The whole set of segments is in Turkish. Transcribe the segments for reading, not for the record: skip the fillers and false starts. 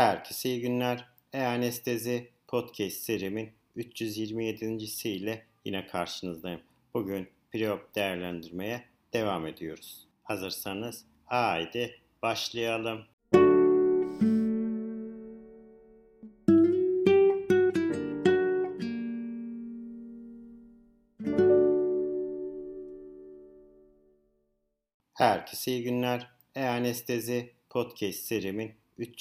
Herkese iyi günler. E-Anestezi Podcast serimin 327. ile yine karşınızdayım. Bugün preop değerlendirmeye devam ediyoruz. Hazırsanız haydi başlayalım. Herkese iyi günler. E-Anestezi Podcast serimin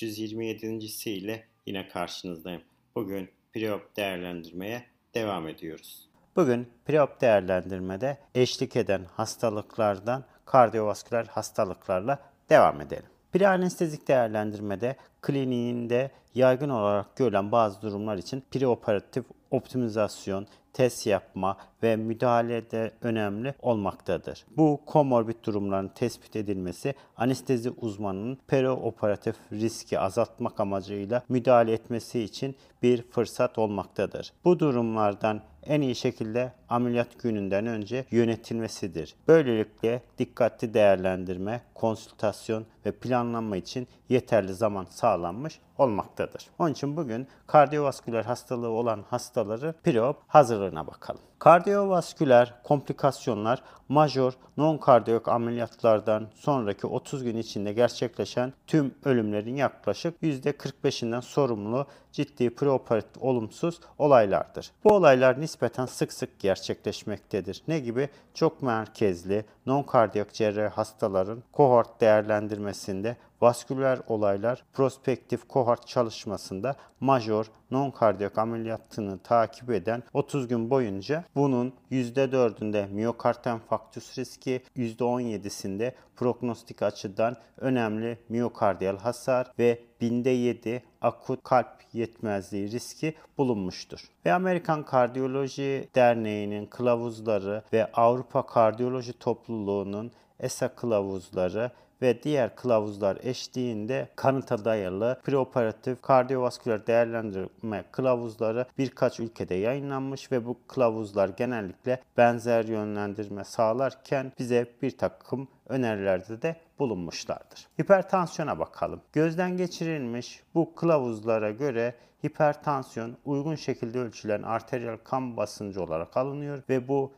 327. ile yine karşınızdayım. Bugün preop değerlendirmeye devam ediyoruz. Bugün preop değerlendirmede eşlik eden hastalıklardan kardiyovasküler hastalıklarla devam edelim. Preanestezik değerlendirmede kliniğinde yaygın olarak görülen bazı durumlar için preoperatif optimizasyon, test yapma ve müdahale de önemli olmaktadır. Bu komorbid durumların tespit edilmesi anestezi uzmanının perioperatif riski azaltmak amacıyla müdahale etmesi için bir fırsat olmaktadır. Bu durumlardan en iyi şekilde ameliyat gününden önce yönetilmesidir. Böylelikle dikkatli değerlendirme, konsültasyon ve planlama için yeterli zaman sağlanmış olmaktadır. Onun için bugün kardiyovasküler hastalığı olan hastaları preop hazırlığına bakalım. Kardiyovasküler komplikasyonlar majör non-kardiyak ameliyatlardan sonraki 30 gün içinde gerçekleşen tüm ölümlerin yaklaşık %45'inden sorumlu ciddi preoperatif olumsuz olaylardır. Bu olaylar nispeten sık sık gerçekleşmektedir. Ne gibi? Çok merkezli non-kardiyak cerrahi hastaların kohort değerlendirmesinde vasküler olaylar prospektif kohort çalışmasında majör non-kardiyak ameliyatını takip eden 30 gün boyunca bunun %4'ünde miyokard enfarktüs riski, %17'sinde prognostik açıdan önemli miyokardiyal hasar ve binde 7 akut kalp yetmezliği riski bulunmuştur. Ve Amerikan Kardiyoloji Derneği'nin kılavuzları ve Avrupa Kardiyoloji Topluluğu'nun ESA kılavuzları ve diğer kılavuzlar eşliğinde kanıta dayalı preoperatif kardiyovasküler değerlendirme kılavuzları birkaç ülkede yayınlanmış ve bu kılavuzlar genellikle benzer yönlendirme sağlarken bize bir takım önerilerde de bulunmuşlardır. Hipertansiyona bakalım. Gözden geçirilmiş bu kılavuzlara göre hipertansiyon uygun şekilde ölçülen arteriyel kan basıncı olarak alınıyor ve bu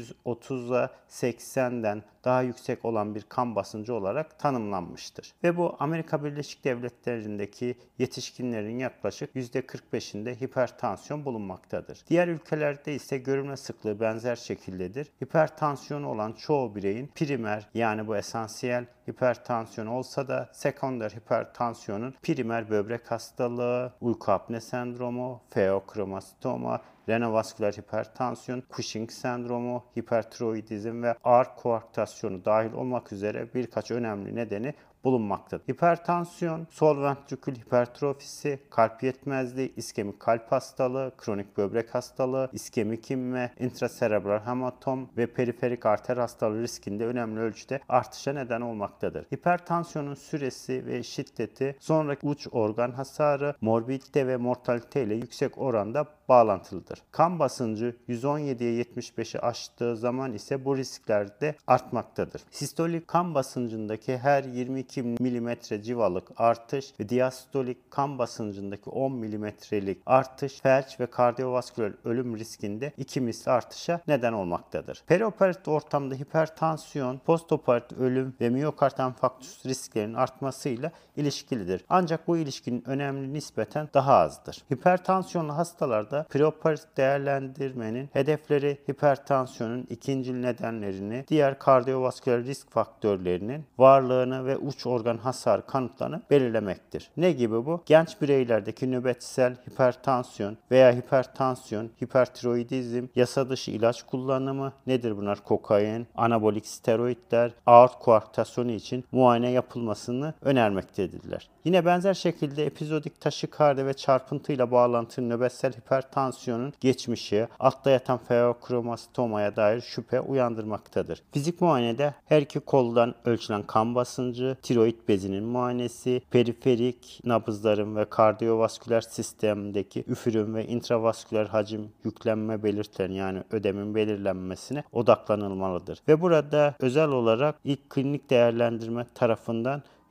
130'a 80'den daha yüksek olan bir kan basıncı olarak tanımlanmıştır. Ve bu Amerika Birleşik Devletleri'ndeki yetişkinlerin yaklaşık %45'inde hipertansiyon bulunmaktadır. Diğer ülkelerde ise görülme sıklığı benzer şekildedir. Hipertansiyonu olan çoğu bireyin primer yani bu esansiyel hipertansiyon olsa da sekonder hipertansiyonun primer böbrek hastalığı, uyku apne sendromu, feokromastoma, renovasküler hipertansiyon, Cushing sendromu, hipertiroidizm ve ağır koarktasyonu dahil olmak üzere birkaç önemli nedeni bulunmaktadır. Hipertansiyon, sol ventrikül hipertrofisi, kalp yetmezliği, iskemik kalp hastalığı, kronik böbrek hastalığı, iskemik inme, intraserebral hematom ve periferik arter hastalığı riskinde önemli ölçüde artışa neden olmaktadır. Hipertansiyonun süresi ve şiddeti sonraki uç organ hasarı, morbidite ve mortalite ile yüksek oranda bağlantılıdır. Kan basıncı 117'ye 75'i aştığı zaman ise bu riskler de artmaktadır. Sistolik kan basıncındaki her 22 mm civalık artış ve diastolik kan basıncındaki 10 mm'lik artış felç ve kardiyovasküler ölüm riskinde 2 misli artışa neden olmaktadır. Perioperatif ortamda hipertansiyon, postoperatif ölüm ve miyokard enfarktüs risklerinin artmasıyla ilişkilidir. Ancak bu ilişkinin önemli nispeten daha azdır. Hipertansiyonlu hastalarda preoperatif değerlendirmenin hedefleri hipertansiyonun ikincil nedenlerini, diğer kardiyovasküler risk faktörlerinin varlığını ve uç organ hasar kanıtlarını belirlemektir. Ne gibi bu? Genç bireylerdeki nöbetsel hipertansiyon veya hipertansiyon, hipertiroidizm, yasa dışı ilaç kullanımı, nedir bunlar? Kokain, anabolik steroidler, aort koarktasyonu için muayene yapılmasını önermektedirler. Yine benzer şekilde epizodik taşikardi ve çarpıntıyla bağlantılı nöbetsel hipertansiyonun geçmişi, altta yatan feokromostomaya dair şüphe uyandırmaktadır. Fizik muayenede her iki koldan ölçülen kan basıncı, tiroid bezinin muayenesi, periferik nabızların ve kardiyovasküler sistemdeki üfürüm ve intravasküler hacim yüklenme belirtilerinin yani ödemin belirlenmesine odaklanılmalıdır. Ve burada özel olarak ilk klinik değerlendirme tarafından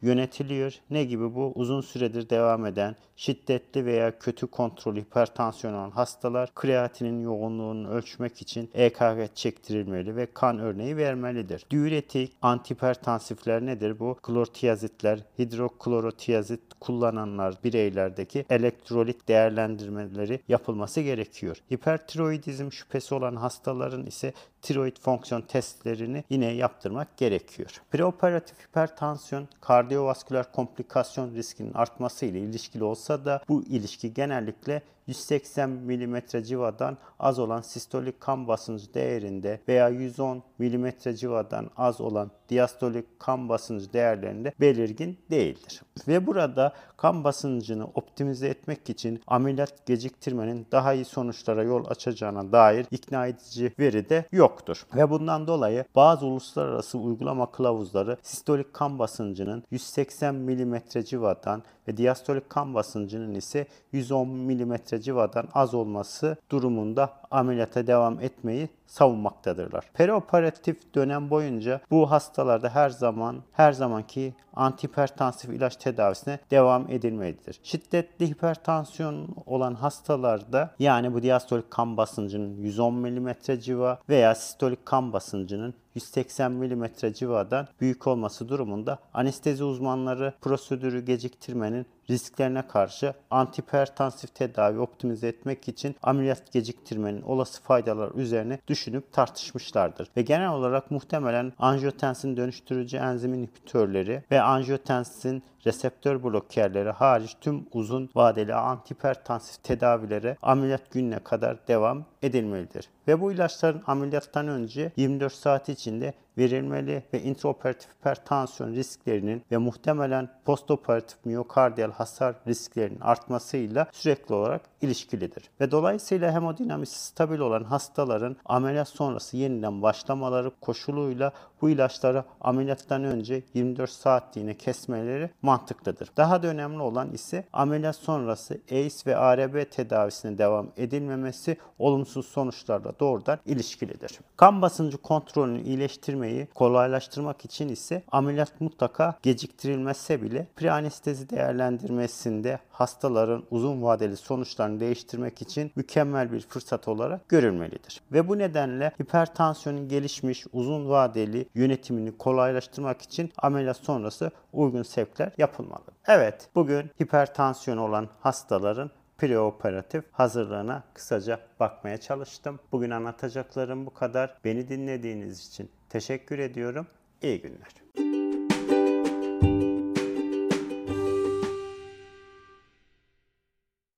yönetiliyor. Ne gibi bu? Uzun süredir devam eden şiddetli veya kötü kontrol hipertansiyon olan hastalar kreatinin yoğunluğunu ölçmek için EKG çektirilmeli ve kan örneği vermelidir. Diüretik antihipertansifler nedir? Bu klortiazitler, hidroklorotiazit kullananlar bireylerdeki elektrolit değerlendirmeleri yapılması gerekiyor. Hipertiroidizm şüphesi olan hastaların ise tiroid fonksiyon testlerini yine yaptırmak gerekiyor. Preoperatif hipertansiyon kardiyovasküler komplikasyon riskinin artması ile ilişkili olsa da bu ilişki genellikle 180 mm civadan az olan sistolik kan basıncı değerinde veya 110 mm civadan az olan diastolik kan basıncı değerlerinde belirgin değildir. Ve burada kan basıncını optimize etmek için ameliyat geciktirmenin daha iyi sonuçlara yol açacağına dair ikna edici veri de yoktur. Ve bundan dolayı bazı uluslararası uygulama kılavuzları sistolik kan basıncının 180 mm civadan ve diastolik kan basıncının ise 110 mm civadan az olması durumunda ameliyata devam etmeyi savunmaktadırlar. Perioperatif dönem boyunca bu hastalarda her zamanki antihipertansif ilaç tedavisine devam edilmelidir. Şiddetli hipertansiyon olan hastalarda yani bu diastolik kan basıncının 110 mm civa veya sistolik kan basıncının 180 mm civadan büyük olması durumunda anestezi uzmanları prosedürü geciktirmenin risklerine karşı antihipertansif tedavi optimize etmek için ameliyat geciktirmenin olası faydalar üzerine düşünüp tartışmışlardır. Ve genel olarak muhtemelen angiotensin dönüştürücü enzim inhibitörleri ve angiotensin reseptör blokerleri hariç tüm uzun vadeli antihipertansif tedavilere ameliyat gününe kadar devam edilmelidir. Ve bu ilaçların ameliyattan önce 24 saat içinde verilmeli ve intraoperatif hipertansiyon risklerinin ve muhtemelen postoperatif miyokardiyal hasar risklerinin artmasıyla sürekli olarak ilişkilidir. Ve dolayısıyla hemodinamisi stabil olan hastaların ameliyat sonrası yeniden başlamaları koşuluyla bu ilaçları ameliyattan önce 24 saatliğine kesmeleri mantıklıdır. Daha da önemli olan ise ameliyat sonrası ACE ve ARB tedavisine devam edilmemesi olumsuz sonuçlarla doğrudan ilişkilidir. Kan basıncı kontrolünü iyileştirmeyi kolaylaştırmak için ise ameliyat mutlaka geciktirilmezse bile preanestezi değerlendirmesinde hastaların uzun vadeli sonuçlarını değiştirmek için mükemmel bir fırsat olarak görülmelidir. Ve bu nedenle hipertansiyonun gelişmiş uzun vadeli yönetimini kolaylaştırmak için ameliyat sonrası uygun sevkler yapılmalı. Evet, bugün hipertansiyon olan hastaların preoperatif hazırlığına kısaca bakmaya çalıştım. Bugün anlatacaklarım bu kadar. Beni dinlediğiniz için teşekkür ediyorum. İyi günler.